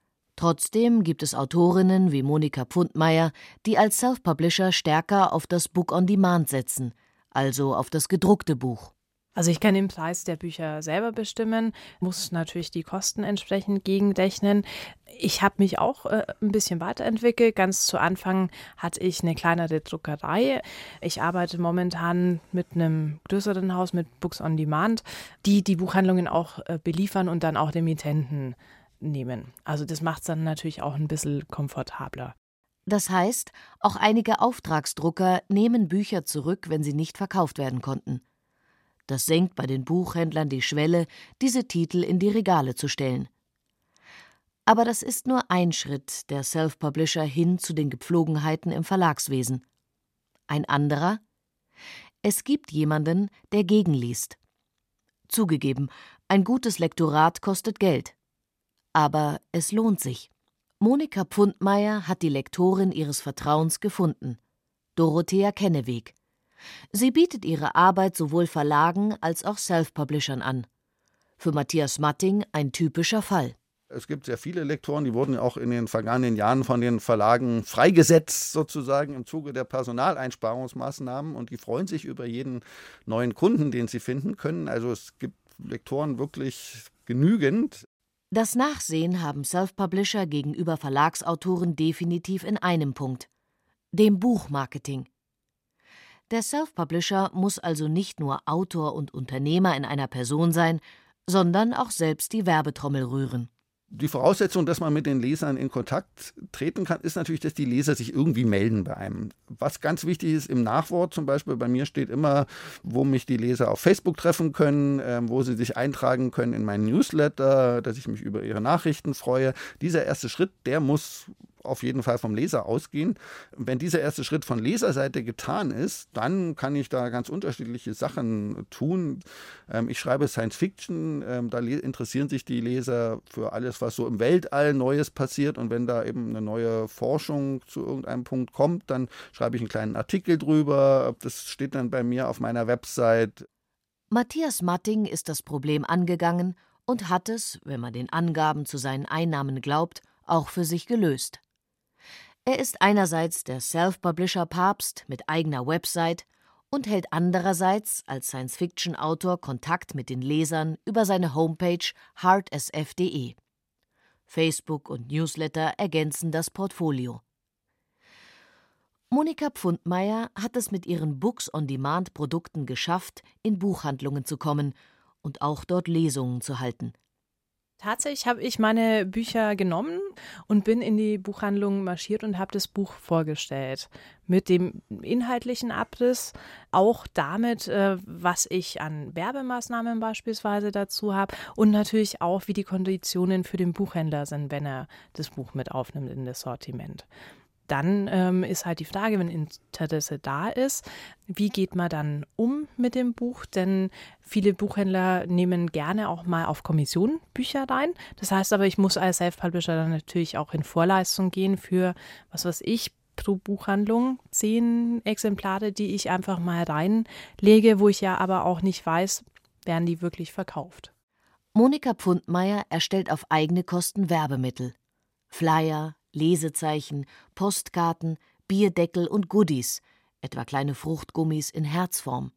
G: Trotzdem gibt es Autorinnen wie Monika Pfundmeier, die als Self-Publisher stärker auf das Book on Demand setzen, also auf das gedruckte Buch.
I: Also ich kann den Preis der Bücher selber bestimmen, muss natürlich die Kosten entsprechend gegenrechnen. Ich habe mich auch äh, ein bisschen weiterentwickelt. Ganz zu Anfang hatte ich eine kleinere Druckerei. Ich arbeite momentan mit einem größeren Haus, mit Books on Demand, die die Buchhandlungen auch äh, beliefern und dann auch den Emittenten nehmen. Also das macht es dann natürlich auch ein bisschen komfortabler.
G: Das heißt, auch einige Auftragsdrucker nehmen Bücher zurück, wenn sie nicht verkauft werden konnten. Das senkt bei den Buchhändlern die Schwelle, diese Titel in die Regale zu stellen. Aber das ist nur ein Schritt der Self-Publisher hin zu den Gepflogenheiten im Verlagswesen. Ein anderer: Es gibt jemanden, der gegenliest. Zugegeben, ein gutes Lektorat kostet Geld. Aber es lohnt sich. Monika Pfundmeier hat die Lektorin ihres Vertrauens gefunden, Dorothea Kenneweg. Sie bietet ihre Arbeit sowohl Verlagen als auch Self-Publishern an. Für Matthias Matting ein typischer Fall.
E: Es gibt sehr viele Lektoren, die wurden auch in den vergangenen Jahren von den Verlagen freigesetzt, sozusagen im Zuge der Personaleinsparungsmaßnahmen, und die freuen sich über jeden neuen Kunden, den sie finden können. Also es gibt Lektoren wirklich genügend.
G: Das Nachsehen haben Self-Publisher gegenüber Verlagsautoren definitiv in einem Punkt: dem Buchmarketing. Der Self-Publisher muss also nicht nur Autor und Unternehmer in einer Person sein, sondern auch selbst die Werbetrommel rühren.
E: Die Voraussetzung, dass man mit den Lesern in Kontakt treten kann, ist natürlich, dass die Leser sich irgendwie melden bei einem. Was ganz wichtig ist im Nachwort, zum Beispiel bei mir steht immer, wo mich die Leser auf Facebook treffen können, äh, wo sie sich eintragen können in meinen Newsletter, dass ich mich über ihre Nachrichten freue. Dieser erste Schritt, der muss auf jeden Fall vom Leser ausgehen. Wenn dieser erste Schritt von Leserseite getan ist, dann kann ich da ganz unterschiedliche Sachen tun. Ähm, ich schreibe Science Fiction, ähm, da interessieren sich die Leser für alles, was so im Weltall Neues passiert, und wenn da eben eine neue Forschung zu irgendeinem Punkt kommt, dann schreibe ich einen kleinen Artikel drüber. Das steht dann bei mir auf meiner Website.
G: Matthias Matting ist das Problem angegangen und hat es, wenn man den Angaben zu seinen Einnahmen glaubt, auch für sich gelöst. Er ist einerseits der Self-Publisher-Papst mit eigener Website und hält andererseits als Science-Fiction-Autor Kontakt mit den Lesern über seine Homepage hard s f punkt d e. Facebook und Newsletter ergänzen das Portfolio. Monika Pfundmeier hat es mit ihren Books-on-Demand-Produkten geschafft, in Buchhandlungen zu kommen und auch dort Lesungen zu halten.
I: Tatsächlich habe ich meine Bücher genommen und bin in die Buchhandlung marschiert und habe das Buch vorgestellt. Mit dem inhaltlichen Abriss, auch damit, äh, was ich an Werbemaßnahmen beispielsweise dazu habe, und natürlich auch, wie die Konditionen für den Buchhändler sind, wenn er das Buch mit aufnimmt in das Sortiment. Dann ähm, ist halt die Frage, wenn Interesse da ist, wie geht man dann um mit dem Buch? Denn viele Buchhändler nehmen gerne auch mal auf Kommission Bücher rein. Das heißt aber, ich muss als Self-Publisher dann natürlich auch in Vorleistung gehen für, was weiß ich, pro Buchhandlung zehn Exemplare, die ich einfach mal reinlege, wo ich ja aber auch nicht weiß, werden die wirklich verkauft.
G: Monika Pfundmeier erstellt auf eigene Kosten Werbemittel. Flyer, Lesezeichen, Postkarten, Bierdeckel und Goodies, etwa kleine Fruchtgummis in Herzform.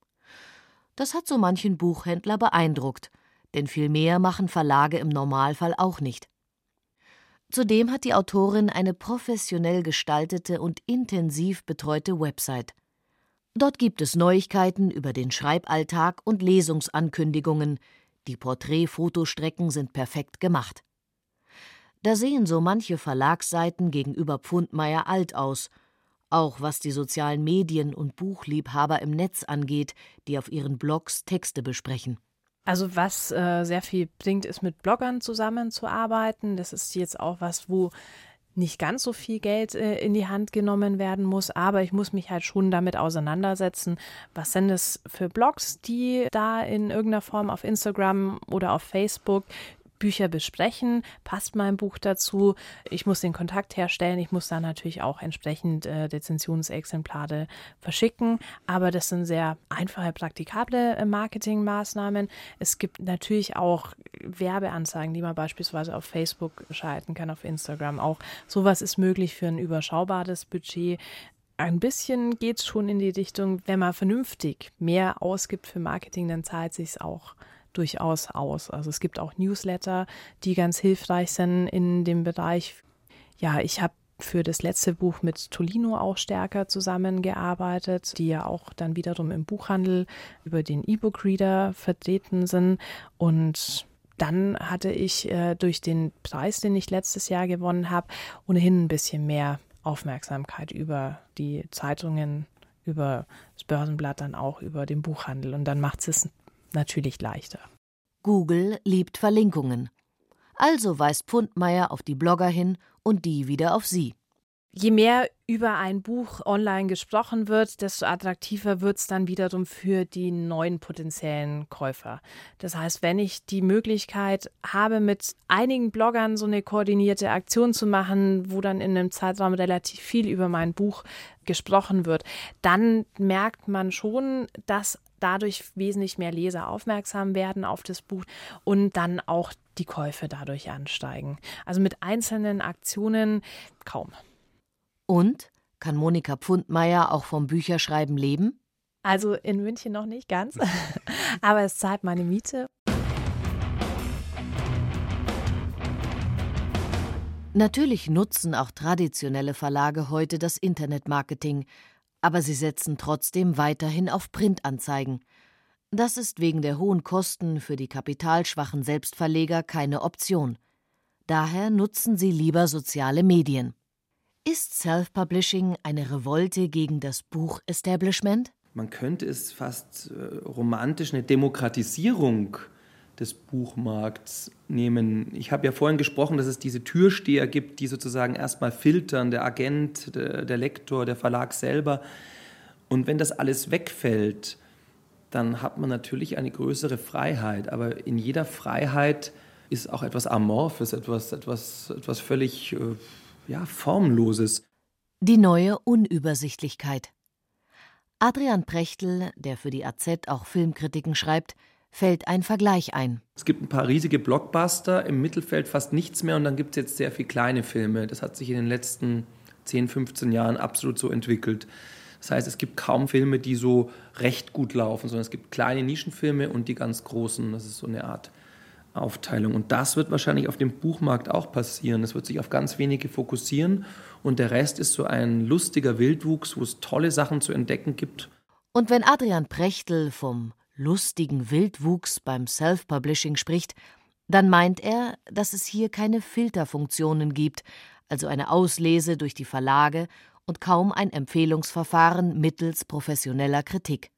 G: Das hat so manchen Buchhändler beeindruckt, denn viel mehr machen Verlage im Normalfall auch nicht. Zudem hat die Autorin eine professionell gestaltete und intensiv betreute Website. Dort gibt es Neuigkeiten über den Schreiballtag und Lesungsankündigungen. Die Porträt-Fotostrecken sind perfekt gemacht. Da sehen so manche Verlagsseiten gegenüber Pfundmeier alt aus, auch was die sozialen Medien und Buchliebhaber im Netz angeht, die auf ihren Blogs Texte besprechen.
I: Also was äh, sehr viel bringt, ist mit Bloggern zusammenzuarbeiten. Das ist jetzt auch was, wo nicht ganz so viel Geld äh, in die Hand genommen werden muss, aber ich muss mich halt schon damit auseinandersetzen, was sind das für Blogs, die da in irgendeiner Form auf Instagram oder auf Facebook Bücher besprechen, passt mein Buch dazu, ich muss den Kontakt herstellen, ich muss dann natürlich auch entsprechend äh, Rezensionsexemplare verschicken, aber das sind sehr einfache, praktikable äh, Marketingmaßnahmen. Es gibt natürlich auch Werbeanzeigen, die man beispielsweise auf Facebook schalten kann, auf Instagram auch. Sowas ist möglich für ein überschaubares Budget. Ein bisschen geht es schon in die Richtung, wenn man vernünftig mehr ausgibt für Marketing, dann zahlt es sich auch durchaus aus. Also es gibt auch Newsletter, die ganz hilfreich sind in dem Bereich. Ja, ich habe für das letzte Buch mit Tolino auch stärker zusammengearbeitet, die ja auch dann wiederum im Buchhandel über den E-Book-Reader vertreten sind. Und dann hatte ich äh, durch den Preis, den ich letztes Jahr gewonnen habe, ohnehin ein bisschen mehr Aufmerksamkeit über die Zeitungen, über das Börsenblatt, dann auch über den Buchhandel. Und dann macht es natürlich leichter.
G: Google liebt Verlinkungen. Also weist Pfundmeier auf die Blogger hin und die wieder auf sie.
I: Je mehr über ein Buch online gesprochen wird, desto attraktiver wird es dann wiederum für die neuen potenziellen Käufer. Das heißt, wenn ich die Möglichkeit habe, mit einigen Bloggern so eine koordinierte Aktion zu machen, wo dann in einem Zeitraum relativ viel über mein Buch gesprochen wird, dann merkt man schon, dass dadurch wesentlich mehr Leser aufmerksam werden auf das Buch und dann auch die Käufe dadurch ansteigen. Also mit einzelnen Aktionen kaum.
G: Und kann Monika Pfundmeier auch vom Bücherschreiben leben?
I: Also in München noch nicht ganz, aber es zahlt meine Miete.
G: Natürlich nutzen auch traditionelle Verlage heute das Internetmarketing, aber sie setzen trotzdem weiterhin auf Printanzeigen. Das ist wegen der hohen Kosten für die kapitalschwachen Selbstverleger keine Option. Daher nutzen sie lieber soziale Medien. Ist Self-Publishing eine Revolte gegen das Buch-Establishment?
D: Man könnte es fast äh, romantisch eine Demokratisierung des Buchmarkts nehmen. Ich habe ja vorhin gesprochen, dass es diese Türsteher gibt, die sozusagen erstmal filtern, der Agent, der, der Lektor, der Verlag selber. Und wenn das alles wegfällt, dann hat man natürlich eine größere Freiheit. Aber in jeder Freiheit ist auch etwas Amorphes, etwas, etwas, etwas völlig äh, ja, Formloses.
G: Die neue Unübersichtlichkeit. Adrian Prechtl, der für die A Z auch Filmkritiken schreibt, fällt ein Vergleich ein.
D: Es gibt ein paar riesige Blockbuster, im Mittelfeld fast nichts mehr und dann gibt es jetzt sehr viele kleine Filme. Das hat sich in den letzten zehn, fünfzehn Jahren absolut so entwickelt. Das heißt, es gibt kaum Filme, die so recht gut laufen, sondern es gibt kleine Nischenfilme und die ganz großen. Das ist so eine Art Aufteilung. Und das wird wahrscheinlich auf dem Buchmarkt auch passieren. Es wird sich auf ganz wenige fokussieren und der Rest ist so ein lustiger Wildwuchs, wo es tolle Sachen zu entdecken gibt.
G: Und wenn Adrian Prechtl vom lustigen Wildwuchs beim Self-Publishing spricht, dann meint er, dass es hier keine Filterfunktionen gibt, also eine Auslese durch die Verlage und kaum ein Empfehlungsverfahren mittels professioneller Kritik.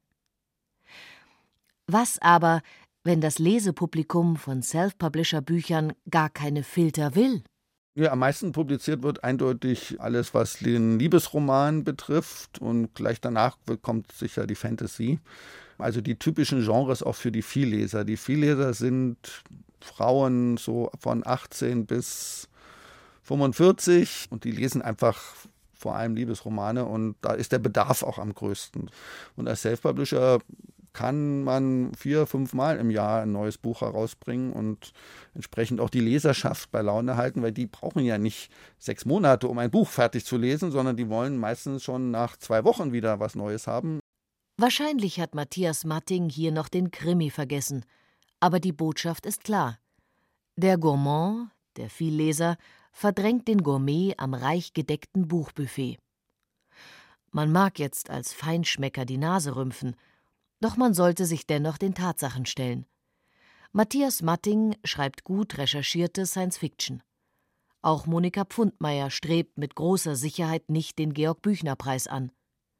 G: Was aber, wenn das Lesepublikum von Self-Publisher-Büchern gar keine Filter will?
E: Ja, am meisten publiziert wird eindeutig alles, was den Liebesroman betrifft und gleich danach kommt sicher die Fantasy. Also die typischen Genres auch für die Vielleser. Die Vielleser sind Frauen so von achtzehn bis fünfundvierzig und die lesen einfach vor allem Liebesromane und da ist der Bedarf auch am größten. Und als Self-Publisher kann man vier, fünf Mal im Jahr ein neues Buch herausbringen und entsprechend auch die Leserschaft bei Laune halten, weil die brauchen ja nicht sechs Monate, um ein Buch fertig zu lesen, sondern die wollen meistens schon nach zwei Wochen wieder was Neues haben.
G: Wahrscheinlich hat Matthias Matting hier noch den Krimi vergessen, aber die Botschaft ist klar. Der Gourmand, der Vielleser, verdrängt den Gourmet am reich gedeckten Buchbuffet. Man mag jetzt als Feinschmecker die Nase rümpfen, doch man sollte sich dennoch den Tatsachen stellen. Matthias Matting schreibt gut recherchierte Science-Fiction. Auch Monika Pfundmeier strebt mit großer Sicherheit nicht den Georg-Büchner-Preis an.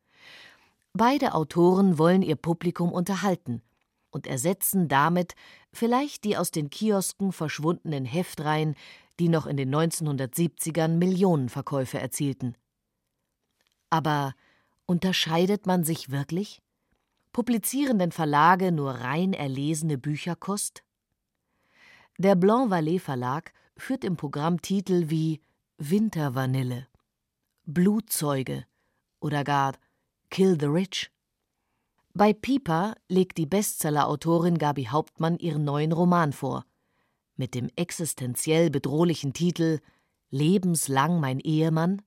G: Beide Autoren wollen ihr Publikum unterhalten und ersetzen damit vielleicht die aus den Kiosken verschwundenen Heftreihen, die noch in den neunzehnhundertsiebzigern Millionenverkäufe erzielten. Aber unterscheidet man sich wirklich? Publizieren denn Verlage nur rein erlesene Bücherkost? Der Blanc-Vallée Verlag führt im Programm Titel wie Wintervanille, Blutzeuge oder gar Kill the Rich. Bei Piper legt die Bestseller-Autorin Gabi Hauptmann ihren neuen Roman vor, mit dem existenziell bedrohlichen Titel Lebenslang mein Ehemann.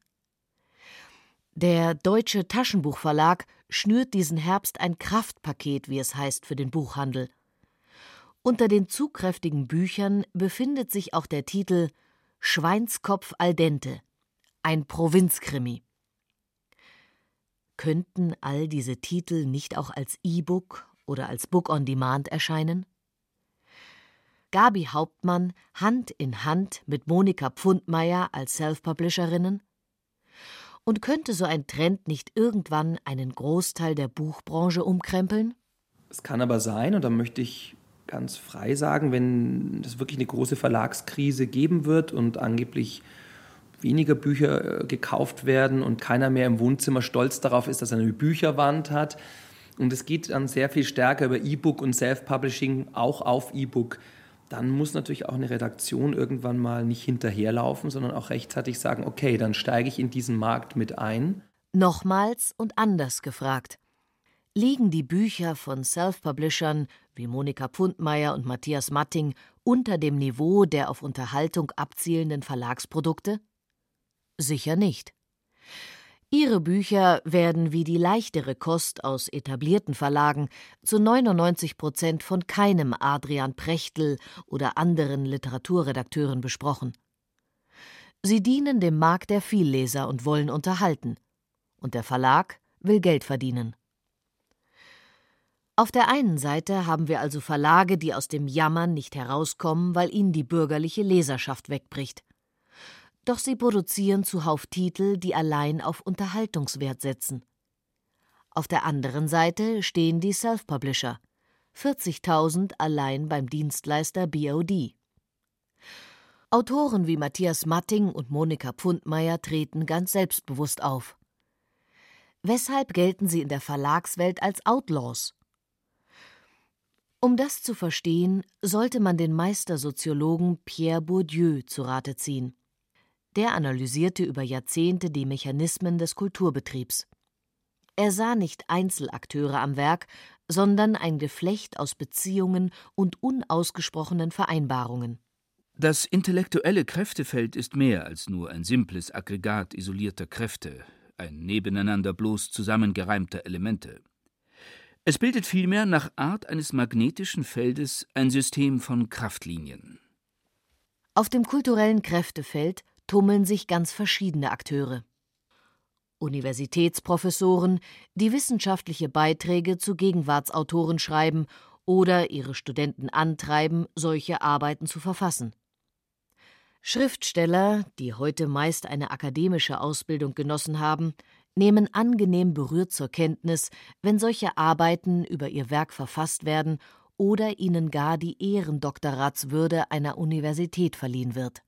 G: Der Deutsche Taschenbuchverlag schnürt diesen Herbst ein Kraftpaket, wie es heißt, für den Buchhandel. Unter den zugkräftigen Büchern befindet sich auch der Titel Schweinskopf al dente, ein Provinzkrimi. Könnten all diese Titel nicht auch als E-Book oder als Book on Demand erscheinen? Gabi Hauptmann Hand in Hand mit Monika Pfundmeier als Self-Publisherinnen? Und könnte so ein Trend nicht irgendwann einen Großteil der Buchbranche umkrempeln?
D: Es kann aber sein, und da möchte ich ganz frei sagen, wenn es wirklich eine große Verlagskrise geben wird und angeblich weniger Bücher gekauft werden und keiner mehr im Wohnzimmer stolz darauf ist, dass er eine Bücherwand hat. Und es geht dann sehr viel stärker über E-Book und Self-Publishing, auch auf E-Book. Dann muss natürlich auch eine Redaktion irgendwann mal nicht hinterherlaufen, sondern auch rechtzeitig sagen, okay, dann steige ich in diesen Markt mit ein.
G: Nochmals und anders gefragt. Liegen die Bücher von Self-Publishern wie Monika Pfundmeier und Matthias Matting unter dem Niveau der auf Unterhaltung abzielenden Verlagsprodukte? Sicher nicht. Ihre Bücher werden wie die leichtere Kost aus etablierten Verlagen zu neunundneunzig Prozent von keinem Adrian Prechtl oder anderen Literaturredakteuren besprochen. Sie dienen dem Markt der Vielleser und wollen unterhalten. Und der Verlag will Geld verdienen. Auf der einen Seite haben wir also Verlage, die aus dem Jammern nicht herauskommen, weil ihnen die bürgerliche Leserschaft wegbricht. Doch sie produzieren zuhauf Titel, die allein auf Unterhaltungswert setzen. Auf der anderen Seite stehen die Self-Publisher, vierzigtausend allein beim Dienstleister B O D. Autoren wie Matthias Matting und Monika Pfundmeier treten ganz selbstbewusst auf. Weshalb gelten sie in der Verlagswelt als Outlaws? Um das zu verstehen, sollte man den Meistersoziologen Pierre Bourdieu zu Rate ziehen. Der analysierte über Jahrzehnte die Mechanismen des Kulturbetriebs. Er sah nicht Einzelakteure am Werk, sondern ein Geflecht aus Beziehungen und unausgesprochenen Vereinbarungen.
H: Das intellektuelle Kräftefeld ist mehr als nur ein simples Aggregat isolierter Kräfte, ein nebeneinander bloß zusammengereimter Elemente. Es bildet vielmehr nach Art eines magnetischen Feldes ein System von Kraftlinien.
G: Auf dem kulturellen Kräftefeld tummeln sich ganz verschiedene Akteure. Universitätsprofessoren, die wissenschaftliche Beiträge zu Gegenwartsautoren schreiben oder ihre Studenten antreiben, solche Arbeiten zu verfassen. Schriftsteller, die heute meist eine akademische Ausbildung genossen haben, nehmen angenehm berührt zur Kenntnis, wenn solche Arbeiten über ihr Werk verfasst werden oder ihnen gar die Ehrendoktoratswürde einer Universität verliehen wird.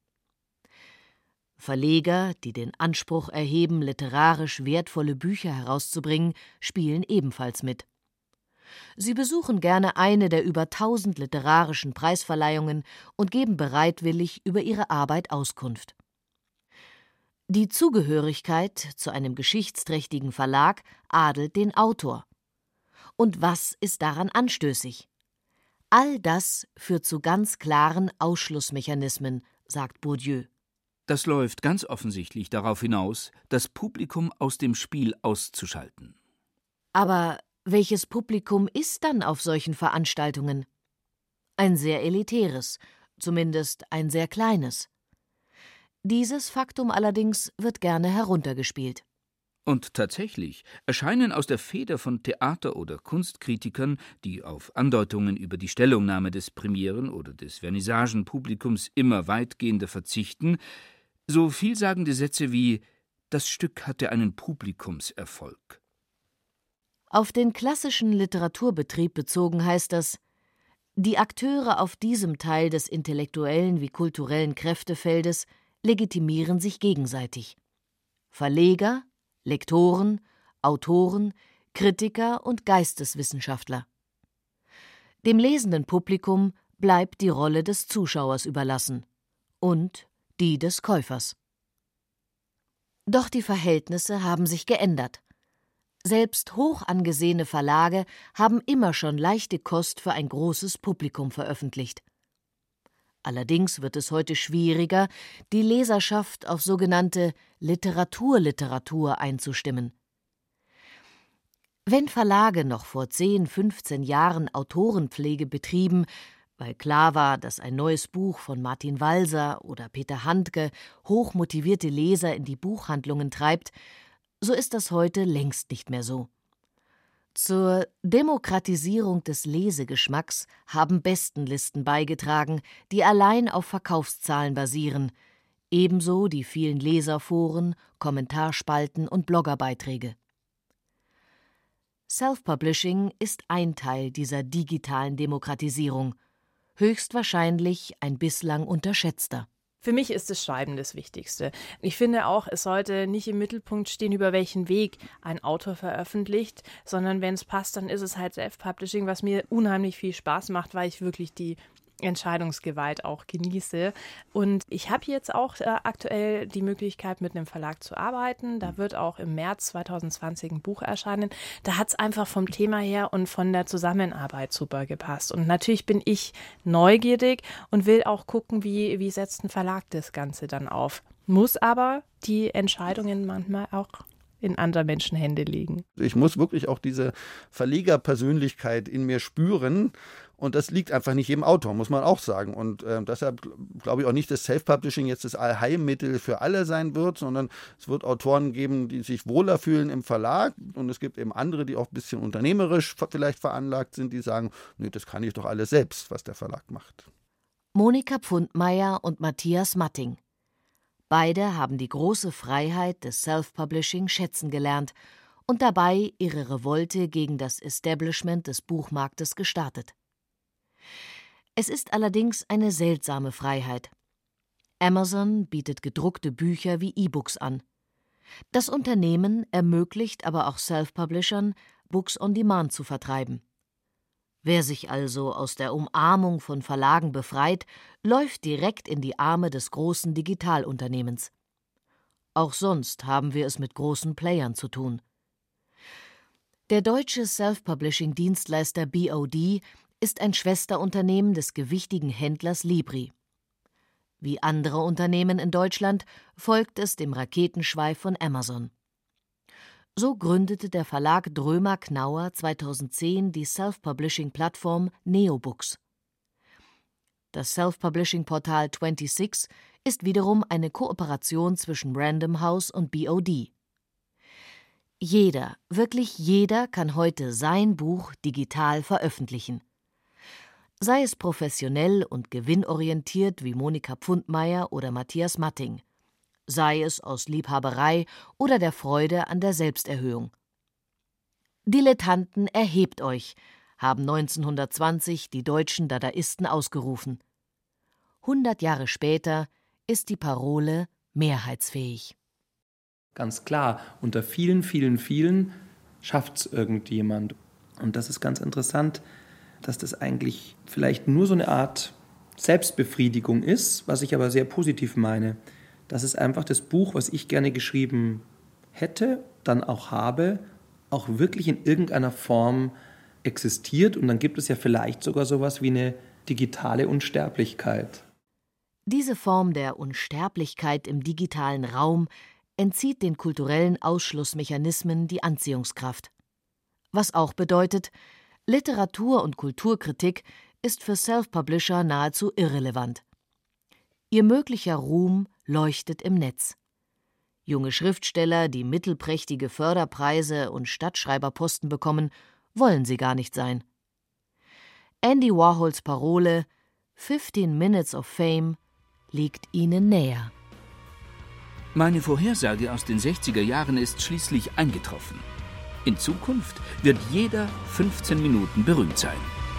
G: Verleger, die den Anspruch erheben, literarisch wertvolle Bücher herauszubringen, spielen ebenfalls mit. Sie besuchen gerne eine der über tausend literarischen Preisverleihungen und geben bereitwillig über ihre Arbeit Auskunft. Die Zugehörigkeit zu einem geschichtsträchtigen Verlag adelt den Autor. Und was ist daran anstößig? All das führt zu ganz klaren Ausschlussmechanismen, sagt Bourdieu.
H: Das läuft ganz offensichtlich darauf hinaus, das Publikum aus dem Spiel auszuschalten.
G: Aber welches Publikum ist dann auf solchen Veranstaltungen? Ein sehr elitäres, zumindest ein sehr kleines. Dieses Faktum allerdings wird gerne heruntergespielt.
H: Und tatsächlich erscheinen aus der Feder von Theater- oder Kunstkritikern, die auf Andeutungen über die Stellungnahme des Premieren- oder des Vernissagenpublikums immer weitgehender verzichten, so vielsagende Sätze wie »Das Stück hatte einen Publikumserfolg«.
G: Auf den klassischen Literaturbetrieb bezogen heißt das, die Akteure auf diesem Teil des intellektuellen wie kulturellen Kräftefeldes legitimieren sich gegenseitig. Verleger, Lektoren, Autoren, Kritiker und Geisteswissenschaftler. Dem lesenden Publikum bleibt die Rolle des Zuschauers überlassen und die des Käufers. Doch die Verhältnisse haben sich geändert. Selbst hoch angesehene Verlage haben immer schon leichte Kost für ein großes Publikum veröffentlicht. Allerdings wird es heute schwieriger, die Leserschaft auf sogenannte Literaturliteratur einzustimmen. Wenn Verlage noch vor zehn, fünfzehn Jahren Autorenpflege betrieben, weil klar war, dass ein neues Buch von Martin Walser oder Peter Handke hochmotivierte Leser in die Buchhandlungen treibt, so ist das heute längst nicht mehr so. Zur Demokratisierung des Lesegeschmacks haben Bestenlisten beigetragen, die allein auf Verkaufszahlen basieren, ebenso die vielen Leserforen, Kommentarspalten und Bloggerbeiträge. Self-Publishing ist ein Teil dieser digitalen Demokratisierung, höchstwahrscheinlich ein bislang unterschätzter.
I: Für mich ist das Schreiben das Wichtigste. Ich finde auch, es sollte nicht im Mittelpunkt stehen, über welchen Weg ein Autor veröffentlicht, sondern wenn es passt, dann ist es halt Self-Publishing, was mir unheimlich viel Spaß macht, weil ich wirklich die Entscheidungsgewalt auch genieße. Und ich habe jetzt auch äh, aktuell die Möglichkeit, mit einem Verlag zu arbeiten. Da wird auch im März zwanzig zwanzig ein Buch erscheinen. Da hat es einfach vom Thema her und von der Zusammenarbeit super gepasst. Und natürlich bin ich neugierig und will auch gucken, wie, wie setzt ein Verlag das Ganze dann auf. Muss aber die Entscheidungen manchmal auch in andere Menschenhände legen.
E: Ich muss wirklich auch diese Verlegerpersönlichkeit in mir spüren. Und das liegt einfach nicht jedem Autor, muss man auch sagen. Und äh, deshalb glaube ich auch nicht, dass Self-Publishing jetzt das Allheilmittel für alle sein wird, sondern es wird Autoren geben, die sich wohler fühlen im Verlag. Und es gibt eben andere, die auch ein bisschen unternehmerisch vielleicht veranlagt sind, die sagen, nee, das kann ich doch alles selbst, was der Verlag macht.
G: Monika Pfundmeier und Matthias Matting. Beide haben die große Freiheit des Self-Publishing schätzen gelernt und dabei ihre Revolte gegen das Establishment des Buchmarktes gestartet. Es ist allerdings eine seltsame Freiheit. Amazon bietet gedruckte Bücher wie E-Books an. Das Unternehmen ermöglicht aber auch Self-Publishern, Books on Demand zu vertreiben. Wer sich also aus der Umarmung von Verlagen befreit, läuft direkt in die Arme des großen Digitalunternehmens. Auch sonst haben wir es mit großen Playern zu tun. Der deutsche Self-Publishing-Dienstleister B O D ist ein Schwesterunternehmen des gewichtigen Händlers Libri. Wie andere Unternehmen in Deutschland folgt es dem Raketenschweif von Amazon. So gründete der Verlag Drömer-Knauer zweitausendzehn die Self-Publishing-Plattform Neobooks. Das Self-Publishing-Portal sechsundzwanzig ist wiederum eine Kooperation zwischen Random House und B O D. Jeder, wirklich jeder kann heute sein Buch digital veröffentlichen. Sei es professionell und gewinnorientiert wie Monika Pfundmeier oder Matthias Matting, sei es aus Liebhaberei oder der Freude an der Selbsterhöhung. Dilettanten, erhebt euch, haben neunzehnhundertzwanzig die deutschen Dadaisten ausgerufen. Hundert Jahre später ist die Parole mehrheitsfähig.
D: Ganz klar, unter vielen, vielen, vielen schafft es irgendjemand. Und das ist ganz interessant, dass das eigentlich vielleicht nur so eine Art Selbstbefriedigung ist, was ich aber sehr positiv meine. Das ist einfach das Buch, was ich gerne geschrieben hätte, dann auch habe, auch wirklich in irgendeiner Form existiert. Und dann gibt es ja vielleicht sogar sowas wie eine digitale Unsterblichkeit.
G: Diese Form der Unsterblichkeit im digitalen Raum entzieht den kulturellen Ausschlussmechanismen die Anziehungskraft. Was auch bedeutet, Literatur- und Kulturkritik ist für Self-Publisher nahezu irrelevant. Ihr möglicher Ruhm leuchtet im Netz. Junge Schriftsteller, die mittelprächtige Förderpreise und Stadtschreiberposten bekommen, wollen sie gar nicht sein. Andy Warhols Parole „fifteen minutes of fame" liegt ihnen näher.
H: Meine Vorhersage aus den sechziger Jahren ist schließlich eingetroffen. In Zukunft wird jeder fünfzehn Minuten berühmt sein.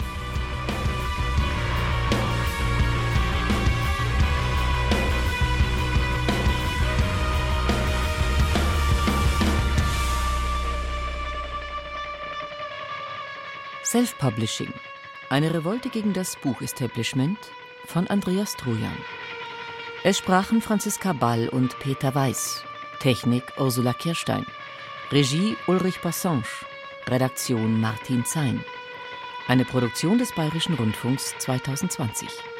G: Self-Publishing. Eine Revolte gegen das Buchestablishment von Andreas Trojan. Es sprachen Franziska Ball und Peter Weiß. Technik Ursula Kirstein. Regie Ulrich Bassange. Redaktion Martin Zein. Eine Produktion des Bayerischen Rundfunks zweitausendzwanzig.